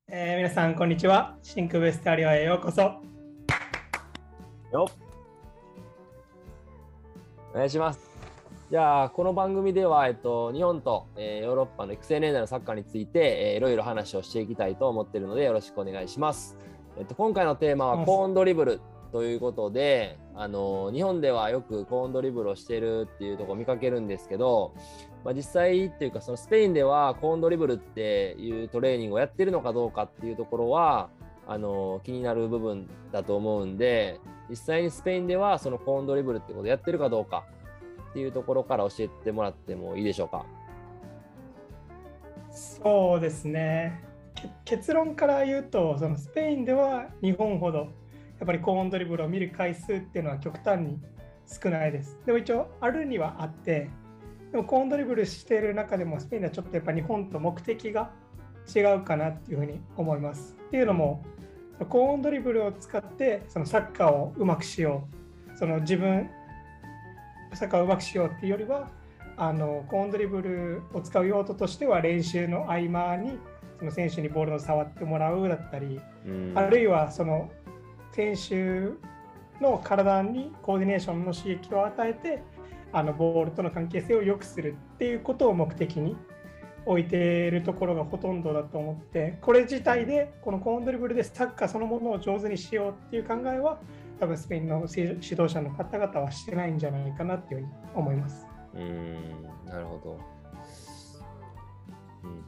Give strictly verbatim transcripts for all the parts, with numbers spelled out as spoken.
えー、皆さんこんにちは。シンクベスタリオへようこそ。 よっお願いします。じゃあこの番組では、えっと、日本と、えー、ヨーロッパの育成年代のサッカーについて、えー、いろいろ話をしていきたいと思っているのでよろしくお願いします。えっと、今回のテーマはコーンドリブルということで、あの日本ではよくコーンドリブルをしているっていうところを見かけるんですけど、まあ、実際っていうかそのスペインではコーンドリブルっていうトレーニングをやってるのかどうかっていうところはあの気になる部分だと思うんで、実際にスペインではそのコーンドリブルってことをやってるかどうかっていうところから教えてもらってもいいでしょうか。 そうですね。結論から言うと、そのスペインでは日本ほどやっぱりコーンドリブルを見る回数っていうのは極端に少ないです。でも一応あるにはあって、でもコーンドリブルしている中でもスペインではちょっとやっぱ日本と目的が違うかなっていうふうに思います。っていうのも、コーンドリブルを使ってそのサッカーをうまくしよう、その自分サッカーをうまくしようっていうよりは、あのコーンドリブルを使う用途としては練習の合間にその選手にボールを触ってもらうだったり、あるいはその選手の体にコーディネーションの刺激を与えて、あのボールとの関係性を良くするっていうことを目的に置いているところがほとんどだと思って、これ自体でこのコーンドリブルでサッカーそのものを上手にしようっていう考えは多分スペインの指導者の方々はしてないんじゃないかなっていうふうに思います。 うーん、なるほど。うんうん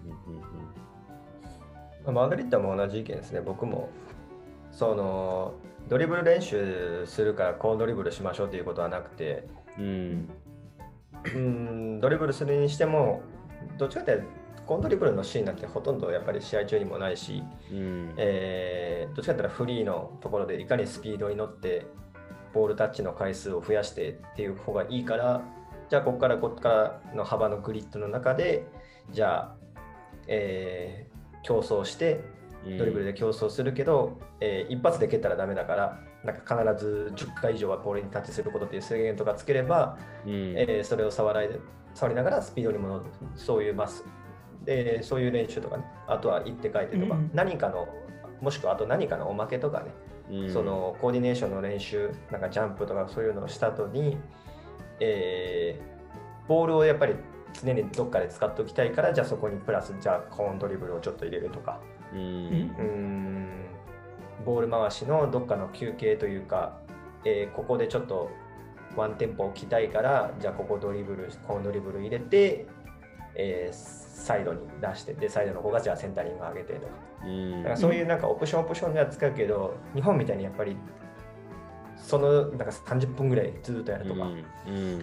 うんうん、マドリッドも同じ意見ですね。僕もそのドリブル練習するからコーンドリブルしましょうということはなくて、 うん、 うんドリブルするにしてもどっちかってコーンドリブルのシーンなんてほとんどやっぱり試合中にもないし、うんえー、どっちかっていうとフリーのところでいかにスピードに乗ってボールタッチの回数を増やしてっていう方がいいから、じゃあここからここからの幅のグリッドの中でじゃあ、えー、競争してドリブルで競争するけど、うんえー、一発で蹴ったらダメだからなんか必ずじゅっかい以上はボールにタッチすることっていう制限とかつければ、うんえー、それを触ら触りながらスピードにもそういうマスでそういう練習とかね、あとは行って帰ってとか、うん、何かのもしくはあと何かのおまけとかね、うん、そのコーディネーションの練習なんかジャンプとかそういうのをした後に、えー、ボールをやっぱり常にどっかで使っておきたいから、じゃあそこにプラスじゃあコーンドリブルをちょっと入れるとか、うん、うんボール回しのどっかの休憩というか、えー、ここでちょっとワンテンポ置きたいからじゃあここドリブルコーンドリブル入れて、えー、サイドに出してでサイドの方がじゃあセンタリング上げてとか、うん、だからそういうなんかオプションオプションでは使うけど、日本みたいにやっぱりそのなんかさんじゅっぷんぐらいずっとやるとか、うんうん、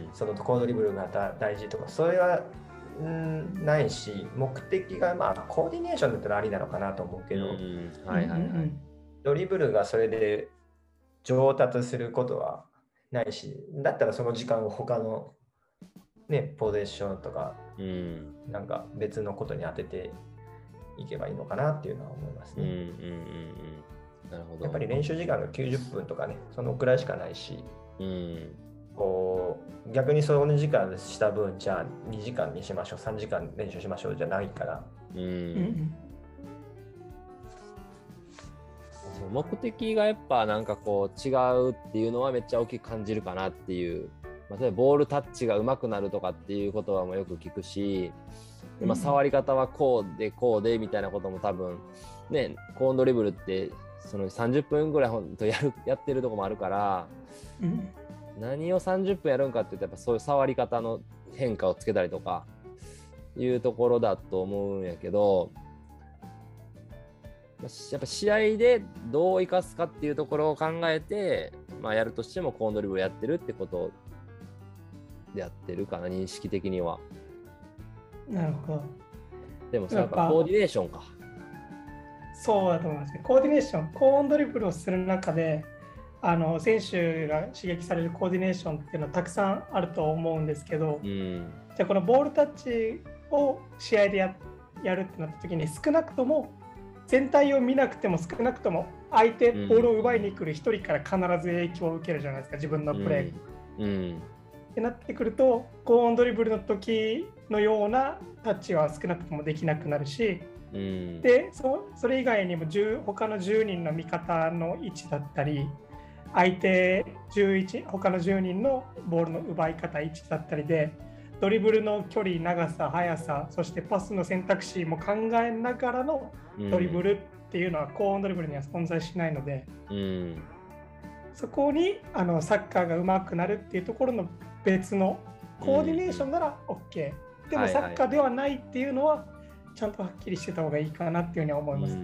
そのコーンドリブルが大事とかそれはんないし、目的がまあコーディネーションだったらありなのかなと思うけど、うんはいはいはい、ドリブルがそれで上達することはないし、だったらその時間を他のねポゼッションとか、うん、なんか別のことに当てていけばいいのかなっていうのは思いますね。うんうんうんうん、なるほど。やっぱり練習時間がきゅうじゅっぷんとかね、そのくらいしかないし、うん、こう逆にその時間した分じゃあにじかんにしましょう、さんじかん練習しましょうじゃないから。うんうん目的がやっぱなんかこう違うっていうのはめっちゃ大きく感じるかなっていう、まあ、例えばボールタッチが上手くなるとかっていう言葉もよく聞くし、まあ、触り方はこうでこうでみたいなことも多分ね、コーンドリブルってそのさんじゅっぷんぐらいほんとやるやってるとこもあるから、うん、何をさんじゅっぷんやるんかって言うとやっぱそういう触り方の変化をつけたりとかいうところだと思うんやけど、やっぱ試合でどう生かすかっていうところを考えて、まあ、やるとしてもコーンドリブルやってるってことでやってるかな、認識的には。 なるほど。 でもさ、やっぱコーディネーションか。 そうだと思いますね。コーディネーション、コーンドリブルをする中であの選手が刺激されるコーディネーションっていうのはたくさんあると思うんですけど、うん、じゃあこのボールタッチを試合で や, やるってなった時に少なくとも全体を見なくても少なくとも相手ボールを奪いに来る一人から必ず影響を受けるじゃないですか、自分のプレー、うんうん、ってなってくるとコーンドリブルの時のようなタッチは少なくともできなくなるし、 うん、 で そ, それ以外にもじゅう他のじゅうにんの味方の位置だったり、相手じゅういち他のじゅうにんのボールの奪い方位置だったりで、ドリブルの距離、長さ、速さ、そしてパスの選択肢も考えながらのドリブルっていうのは高音ドリブルには存在しないので、 うん、 そこにあのサッカーが上手くなるっていうところの別のコーディネーションなら OK、うん、でもサッカーではないっていうのはちゃんとはっきりしてた方がいいかなっていうふうに思います。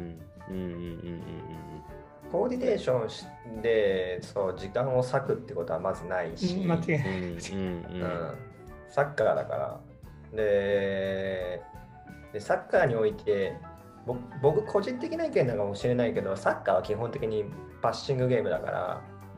コーディネーションでそう時間を割くってことはまずないし、 間違いない、 うん、サッカーだからで、でサッカーにおいて僕個人的な意見なのかもしれないけど、サッカーは基本的にパッシングゲームだから、うん、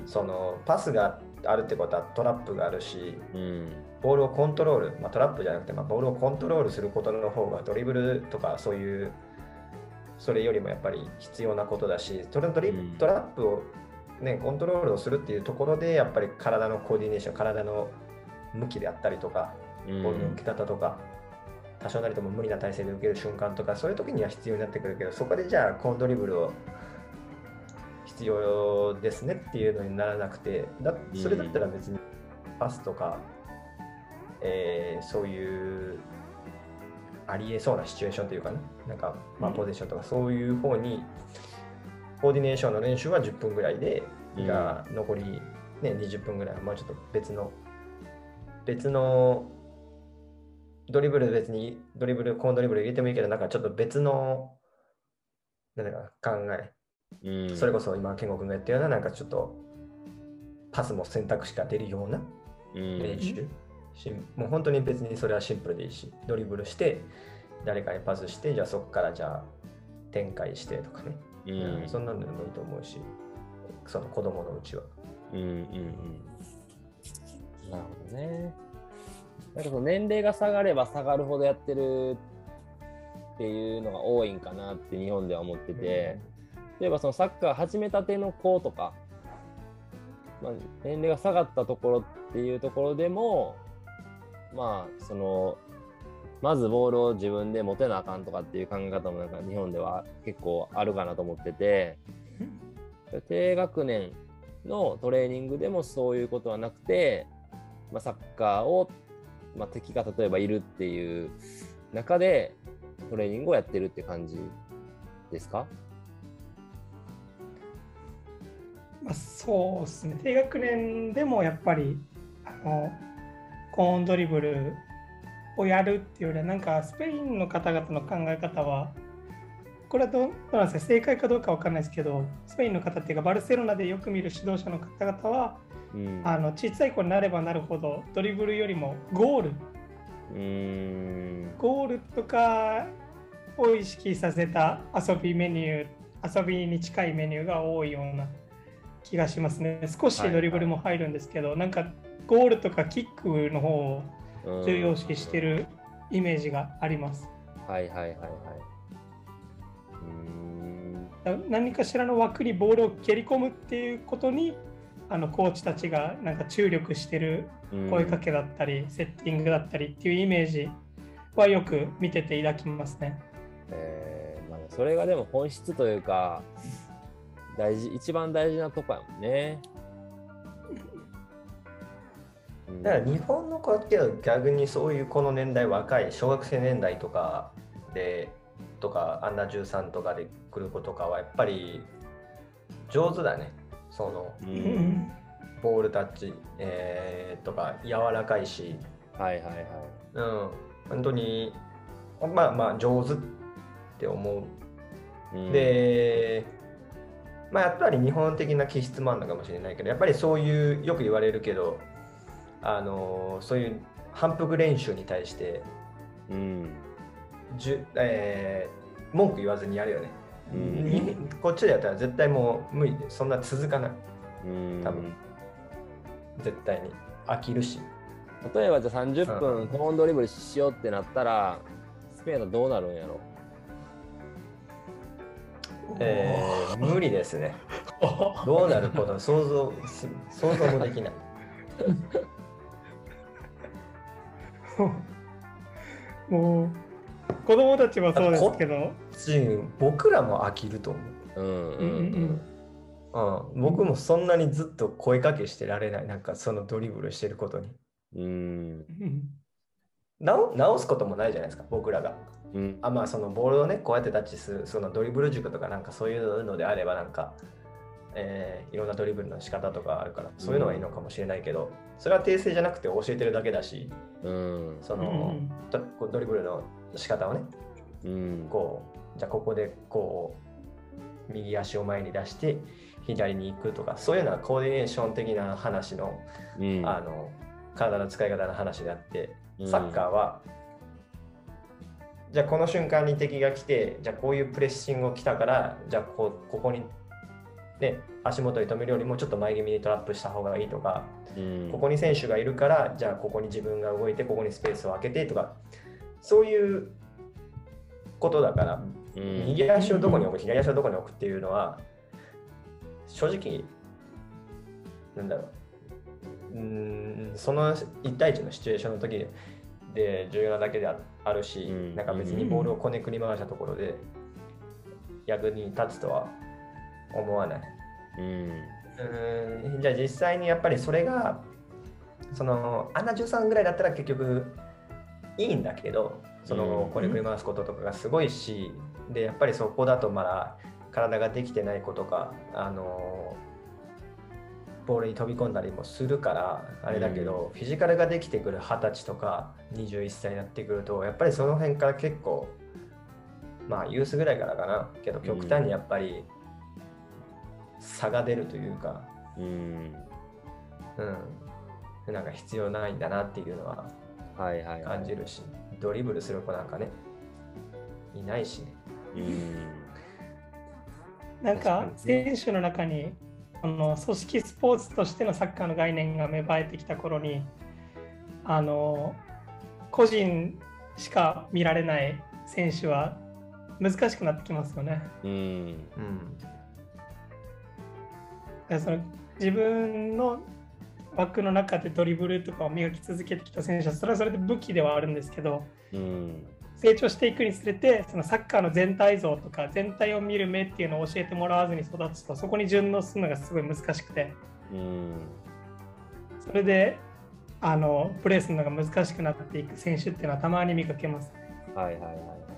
そのパスがあるってことはトラップがあるし、うん、ボールをコントロール、まあ、トラップじゃなくて、まあ、ボールをコントロールすることの方がドリブルとかそういうそれよりもやっぱり必要なことだし、トラドリブ、うん、トラップを、ね、コントロールをするっていうところでやっぱり体のコーディネーション、体の向きであったりとか、ボールの受け方とか、多少なりとも無理な体勢で受ける瞬間とか、そういう時には必要になってくるけど、そこでじゃあコーンドリブルを必要ですねっていうのにならなくて、だそれだったら別にパスとか、えー、そういうありえそうなシチュエーションというかね、なんかまあポジションとかそういう方にコーディネーションの練習はじゅっぷんぐらいで、うん、が残り、ね、にじゅっぷんぐらいはもうちょっと別の別のドリブル別にドリブルコーンドリブル入れてもいいけど、なんかちょっと別のなんだか考え、うん、それこそ今健吾君が言ったようななんかちょっとパスも選択肢が出るような練習、うんもう本当に別にそれはシンプルでいいし、ドリブルして誰かにパスして、じゃあそこからじゃあ展開してとかね、うん、そんなのでもいいと思うし、その子供のうちは。うんうんうん。 なるほどね。なんかその年齢が下がれば下がるほどやってるっていうのが多いんかなって日本では思ってて、うん、例えばそのサッカー始めたての子とか、まあ、年齢が下がったところっていうところでも、まあそのまずボールを自分で持てなあかんとかっていう考え方もなんか日本では結構あるかなと思ってて、低学年のトレーニングでもそういうことはなくて、まあ、サッカーを、まあ、敵が例えばいるっていう中でトレーニングをやってるって感じですか？ まあ、そうですね。低学年でもやっぱりあのコーンドリブルをやるっていうよりは、なんかスペインの方々の考え方は、これはどうなんですか、正解かどうかわかんないですけど、スペインの方っていうかバルセロナでよく見る指導者の方々は、うん、あの小さい子になればなるほどドリブルよりもゴール、うーんゴールとかを意識させた遊びメニュー、遊びに近いメニューが多いような気がしますね。少しドリブルも入るんですけど、はいはい、なんかゴールとかキックの方を重要視してるイメージがあります。 はいはいはいはい。 うーん何かしらの枠にボールを蹴り込むっていうことにあのコーチたちがなんか注力してる声かけだったりセッティングだったりっていうイメージはよく見てて抱きますね。 えーまあ、それがでも本質というか大事一番大事なとこやもんね。 だから日本の子って逆にそういうこの年代若い小学生年代とかでとかアンダーじゅうさんとかで来る子とかはやっぱり上手だね。その、うん、ボールタッチ、えー、とか柔らかいし、 はいはいはい、 うん、本当にまあまあ上手って思う。うん、で、まあやっぱり日本的な気質もあるのかもしれないけど、やっぱりそういうよく言われるけど。あのそういう反復練習に対して、うんじゅえー、文句言わずにやるよね、うん、こっちでやったら絶対もう無理でそんな続かない、うん、多分絶対に飽きるし。 例えばじゃあさんじゅっぷんコーンドリブルしようってなったらスペインはどうなるんやろ？ えー、無理ですね。どうなること想像想像もできない。 もう子供たちもそうですけど、 僕らも飽きると思う。うんうんうんうん、僕もそんなにずっと声かけしてられない、なんかそのドリブルしてることに。うん直, 直すこともないじゃないですか、僕らが。うん、あまあそのボールをね、こうやってタッチする、そのドリブル塾とかなんかそういうのであれば、なんか、えー、いろんなドリブルの仕方とかあるから、そういうのはいいのかもしれないけど、それは訂正じゃなくて教えてるだけだし、うん、その、うん、ドリブルの仕方をね、うん、こう、じゃあここでこう、右足を前に出して、左に行くとか、そういうのはコーディネーション的な話の、うん、あの体の使い方の話であって、サッカーは、うん、じゃあこの瞬間に敵が来て、じゃあこういうプレッシングを来たから、じゃあ こ, ここに、ね、足元に止めるよりもちょっと前気味にトラップした方がいいとか、うん、ここに選手がいるから、じゃあここに自分が動いて、ここにスペースを空けてとか、そういうことだから、うん、右足をどこに置く、左足をどこに置くっていうのは、正直、なんだろう、うーん、そのいち対いちのシチュエーションの時で重要なだけであるし、うん、なんか別にボールをこねくり回したところで役に立つとは思わない。うん、うーんじゃあ実際にやっぱりそれが、そのアンダーじゅうさんぐらいだったら結局いいんだけど、そのこねくり回すこととかがすごいし、でやっぱりそこだとまだ体ができてない子とか、あのボールに飛び込んだりもするからあれだけど、うん、フィジカルができてくるはたちとかにじゅういっさいになってくると、やっぱりその辺から結構、まあユースぐらいからかなけど、極端にやっぱり差が出るというか、うん、うん、なんか必要ないんだなっていうのは感じるし、はいはいはい、ドリブルする子なんかねいないしね。 うん、なんか選手の中にあの組織スポーツとしてのサッカーの概念が芽生えてきた頃に、あの個人しか見られない選手は難しくなってきますよね。うんうん、だからその自分の枠の中でドリブルとかを磨き続けてきた選手はそれはそれで武器ではあるんですけど、うん、成長していくにつれて、そのサッカーの全体像とか全体を見る目っていうのを教えてもらわずに育つと、そこに順応するのがすごい難しくて、うん、それであのプレーするのが難しくなっていく選手っていうのはたまに見かけます。はいはいはい。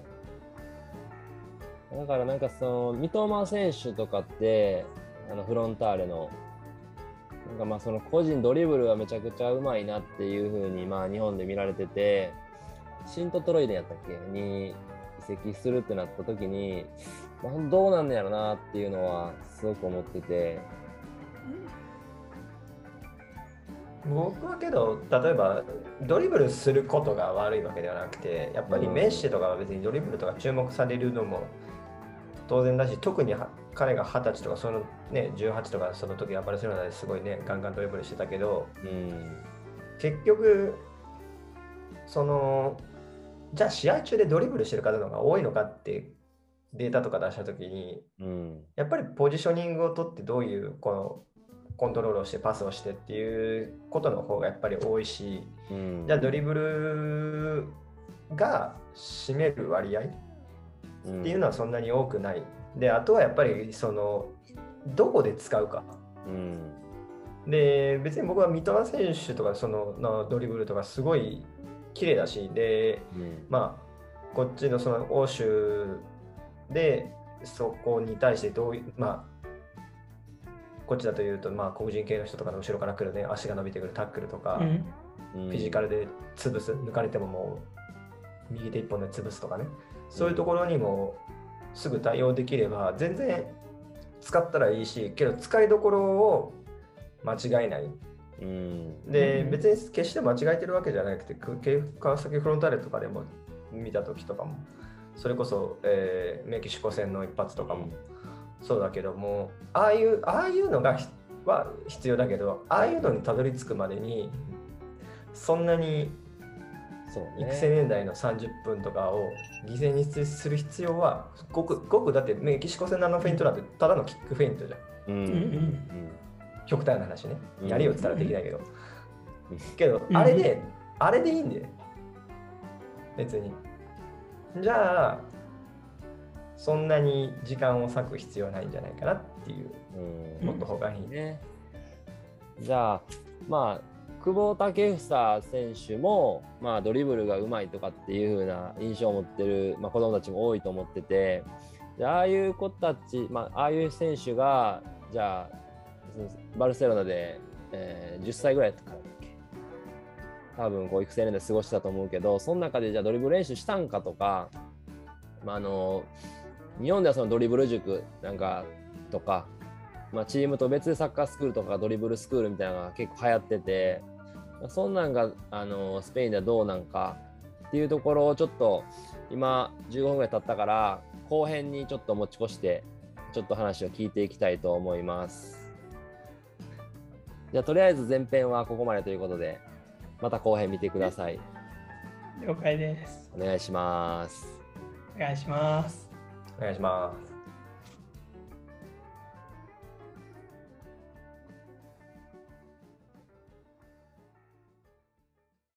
だからなんかその三笘選手とかってあのフロンターレのなんかまあその個人ドリブルはめちゃくちゃうまいなっていう風にまあ日本で見られてて、シントトロイデンやったっけに移籍するってなった時に、まあ、どうなんねやろなっていうのはすごく思ってて。 僕はけど例えばドリブルすることが悪いわけではなくて、やっぱりメッシとかは別にドリブルとか注目されるのも当然だし、特に彼がはたちとかその、ね、じゅうはちとかその時はバルセロナですごいねガンガンドリブルしてたけど、うん、結局そのじゃあ試合中でドリブルしてる方の方が多いのかってデータとか出した時に、うん、やっぱりポジショニングを取ってどういうこのコントロールをしてパスをしてっていうことの方がやっぱり多いし、うん、じゃあドリブルが占める割合っていうのはそんなに多くない。で、あとはやっぱりそのどこで使うか。うん、で、別に僕は三笘選手とかそののドリブルとかすごい綺麗だし、で、うん、まあこっちのその欧州でそこに対してどういう、まあこっちだというと、まあ黒人系の人とかの後ろから来るね、足が伸びてくるタックルとか、うん、フィジカルで潰す、抜かれてももう右手一本で潰すとかね、そういうところにもすぐ対応できれば全然使ったらいいし、けど使いどころを間違えない。うん、で、うん、別に決して間違えてるわけじゃなくて、川崎フロンターレとかでも見た時とかも、それこそ、えー、メキシコ戦の一発とかもそうだけども、ああいうああいうのがは必要だけど、ああいうのにたどり着くまでにそんなに育成年代のさんじゅっぷんとかを犠牲にする必要はごくごく、だってメキシコ戦のあのフェイントなんてただのキックフェイントじゃん。うんうん、極端な話ね、やりを伝えらできないけど、うん、けどあれで、うん、あれでいいんだよ別に。 じゃあそんなに時間を割く必要ないんじゃないかなっていう、うん、もっと他に、ね、 じゃあまあ久保建英選手も、まあ、ドリブルがうまいとかっていう風な印象を持ってる、まあ、子供たちも多いと思ってて、じゃあ、ああいう子たち、まあ、ああいう選手がじゃあバルセロナで、えー、じゅっさいぐらいだったからだっけ、多分こう育成年で過ごしてたと思うけど、その中でじゃあドリブル練習したんかとか、まあ、あの日本ではそのドリブル塾なんかとか、まあ、チームと別でサッカースクールとかドリブルスクールみたいなのが結構流行ってて、そんなんがあのスペインではどうなんかっていうところをちょっと今じゅうごふんぐらい経ったから後編にちょっと持ち越してちょっと話を聞いていきたいと思います。じゃあとりあえず前編はここまでということで、また後編見てください。 了解です。 お願いします。 お願いします。 お願いします。